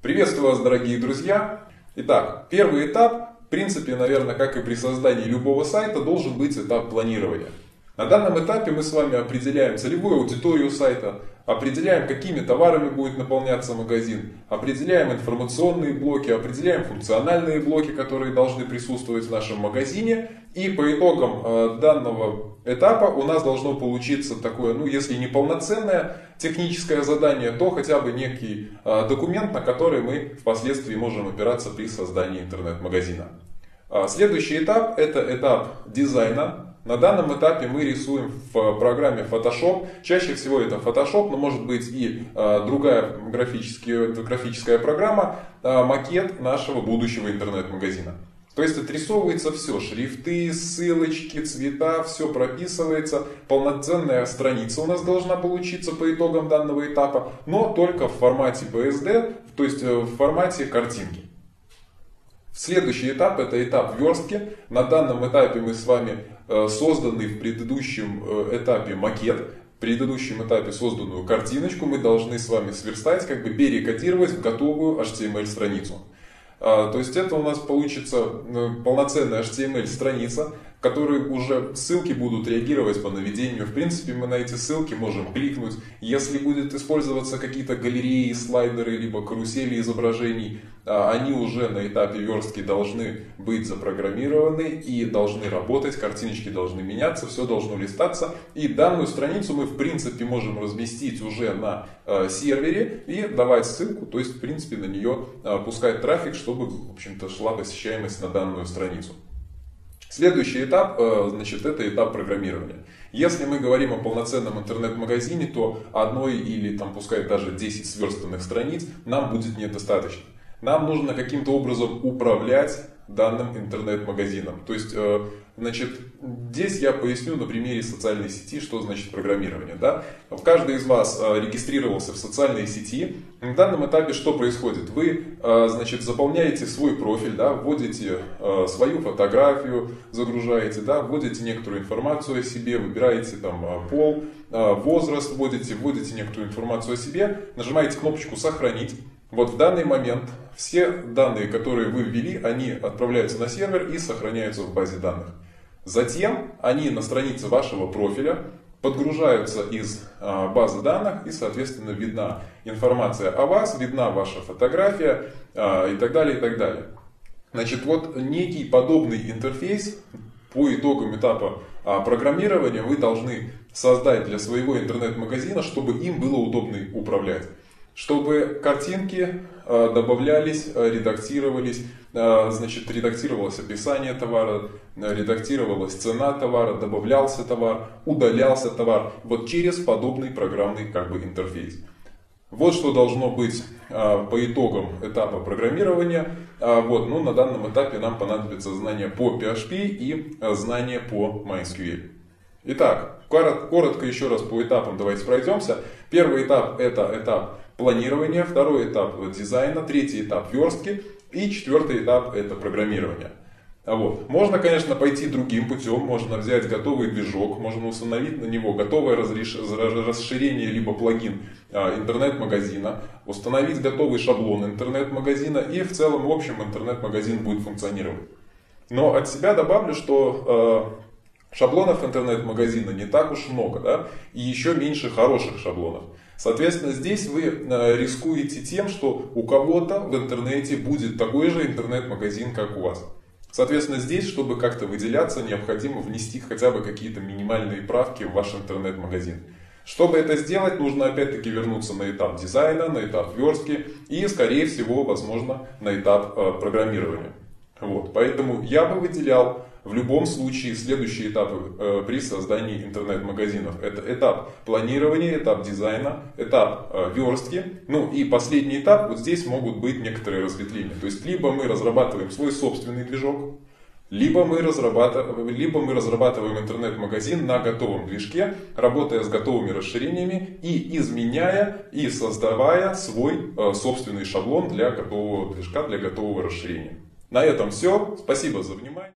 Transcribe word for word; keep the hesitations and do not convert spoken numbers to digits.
Приветствую вас, дорогие друзья! Итак, первый этап, в принципе, наверное, как и при создании любого сайта, должен быть этап планирования. На данном этапе мы с вами определяем целевую аудиторию сайта, определяем, какими товарами будет наполняться магазин, определяем информационные блоки, определяем функциональные блоки, которые должны присутствовать в нашем магазине. И по итогам данного этапа у нас должно получиться такое, ну если не полноценное техническое задание, то хотя бы некий документ, на который мы впоследствии можем опираться при создании интернет-магазина. Следующий этап — это этап дизайна. На данном этапе мы рисуем в программе Photoshop. Чаще всего это Photoshop, но может быть и э, другая графическая, графическая программа, э, макет нашего будущего интернет-магазина. То есть отрисовывается все, шрифты, ссылочки, цвета, все прописывается. Полноценная страница у нас должна получиться по итогам данного этапа, но только в формате пи эс ди, то есть в формате картинки. Следующий этап — это этап верстки. На данном этапе мы с вами созданный в предыдущем этапе макет, в предыдущем этапе созданную картиночку мы должны с вами сверстать, как бы перекодировать в готовую эйч ти эм эль страницу. То есть это у нас получится полноценная эйч ти эм эль страница, в которой уже ссылки будут реагировать по наведению. В принципе, мы на эти ссылки можем кликнуть. Если будет использоваться какие-то галереи, слайдеры, либо карусели изображений, они уже на этапе верстки должны быть запрограммированы и должны работать, картиночки должны меняться, все должно листаться. И данную страницу мы в принципе можем разместить уже на сервере и давать ссылку, то есть в принципе на нее пускать трафик, чтобы в общем-то шла посещаемость на данную страницу. Следующий этап, значит, это этап программирования. Если мы говорим о полноценном интернет-магазине, то одной или там, пускай даже десять сверстанных страниц нам будет недостаточно. Нам нужно каким-то образом управлять данным интернет-магазином. То есть, значит, здесь я поясню на примере социальной сети, что значит программирование. Да? Каждый из вас регистрировался в социальной сети. На данном этапе что происходит? Вы, значит, заполняете свой профиль, да, вводите свою фотографию, загружаете, да, вводите некоторую информацию о себе, выбираете там пол, возраст, вводите, вводите некоторую информацию о себе, нажимаете кнопочку «Сохранить». Вот в данный момент все данные, которые вы ввели, они отправляются на сервер и сохраняются в базе данных. Затем они на странице вашего профиля подгружаются из базы данных и, соответственно, видна информация о вас, видна ваша фотография и так далее, и так далее. Значит, вот некий подобный интерфейс по итогам этапа программирования вы должны создать для своего интернет-магазина, чтобы им было удобно управлять. Чтобы картинки добавлялись, редактировались, значит, редактировалось описание товара, редактировалась цена товара, добавлялся товар, удалялся товар. Вот через подобный программный как бы интерфейс. Вот что должно быть по итогам этапа программирования. Вот, ну, на данном этапе нам понадобится знания по пи эйч пи и знания по MySQL. Итак, коротко еще раз по этапам давайте пройдемся. Первый этап — это этап планирования, второй этап дизайна, третий этап верстки и четвертый этап — это программирование. Вот. Можно, конечно, пойти другим путем, можно взять готовый движок, можно установить на него готовое расширение либо плагин интернет-магазина, установить готовый шаблон интернет-магазина и в целом, в общем, интернет-магазин будет функционировать. Но от себя добавлю, что э, шаблонов интернет-магазина не так уж много, да? И еще меньше хороших шаблонов. Соответственно, здесь вы рискуете тем, что у кого-то в интернете будет такой же интернет-магазин, как у вас. Соответственно, здесь, чтобы как-то выделяться, необходимо внести хотя бы какие-то минимальные правки в ваш интернет-магазин. Чтобы это сделать, нужно опять-таки вернуться на этап дизайна, на этап верстки и, скорее всего, возможно, на этап программирования. Вот. Поэтому я бы выделял в любом случае следующие этапы э, при создании интернет-магазинов. Это этап планирования, этап дизайна, этап э, верстки. Ну и последний этап, вот здесь могут быть некоторые разветвления. То есть либо мы разрабатываем свой собственный движок, либо мы разрабатываем, либо мы разрабатываем интернет-магазин на готовом движке, работая с готовыми расширениями и изменяя и создавая свой э, собственный шаблон для готового движка, для готового расширения. На этом все. Спасибо за внимание.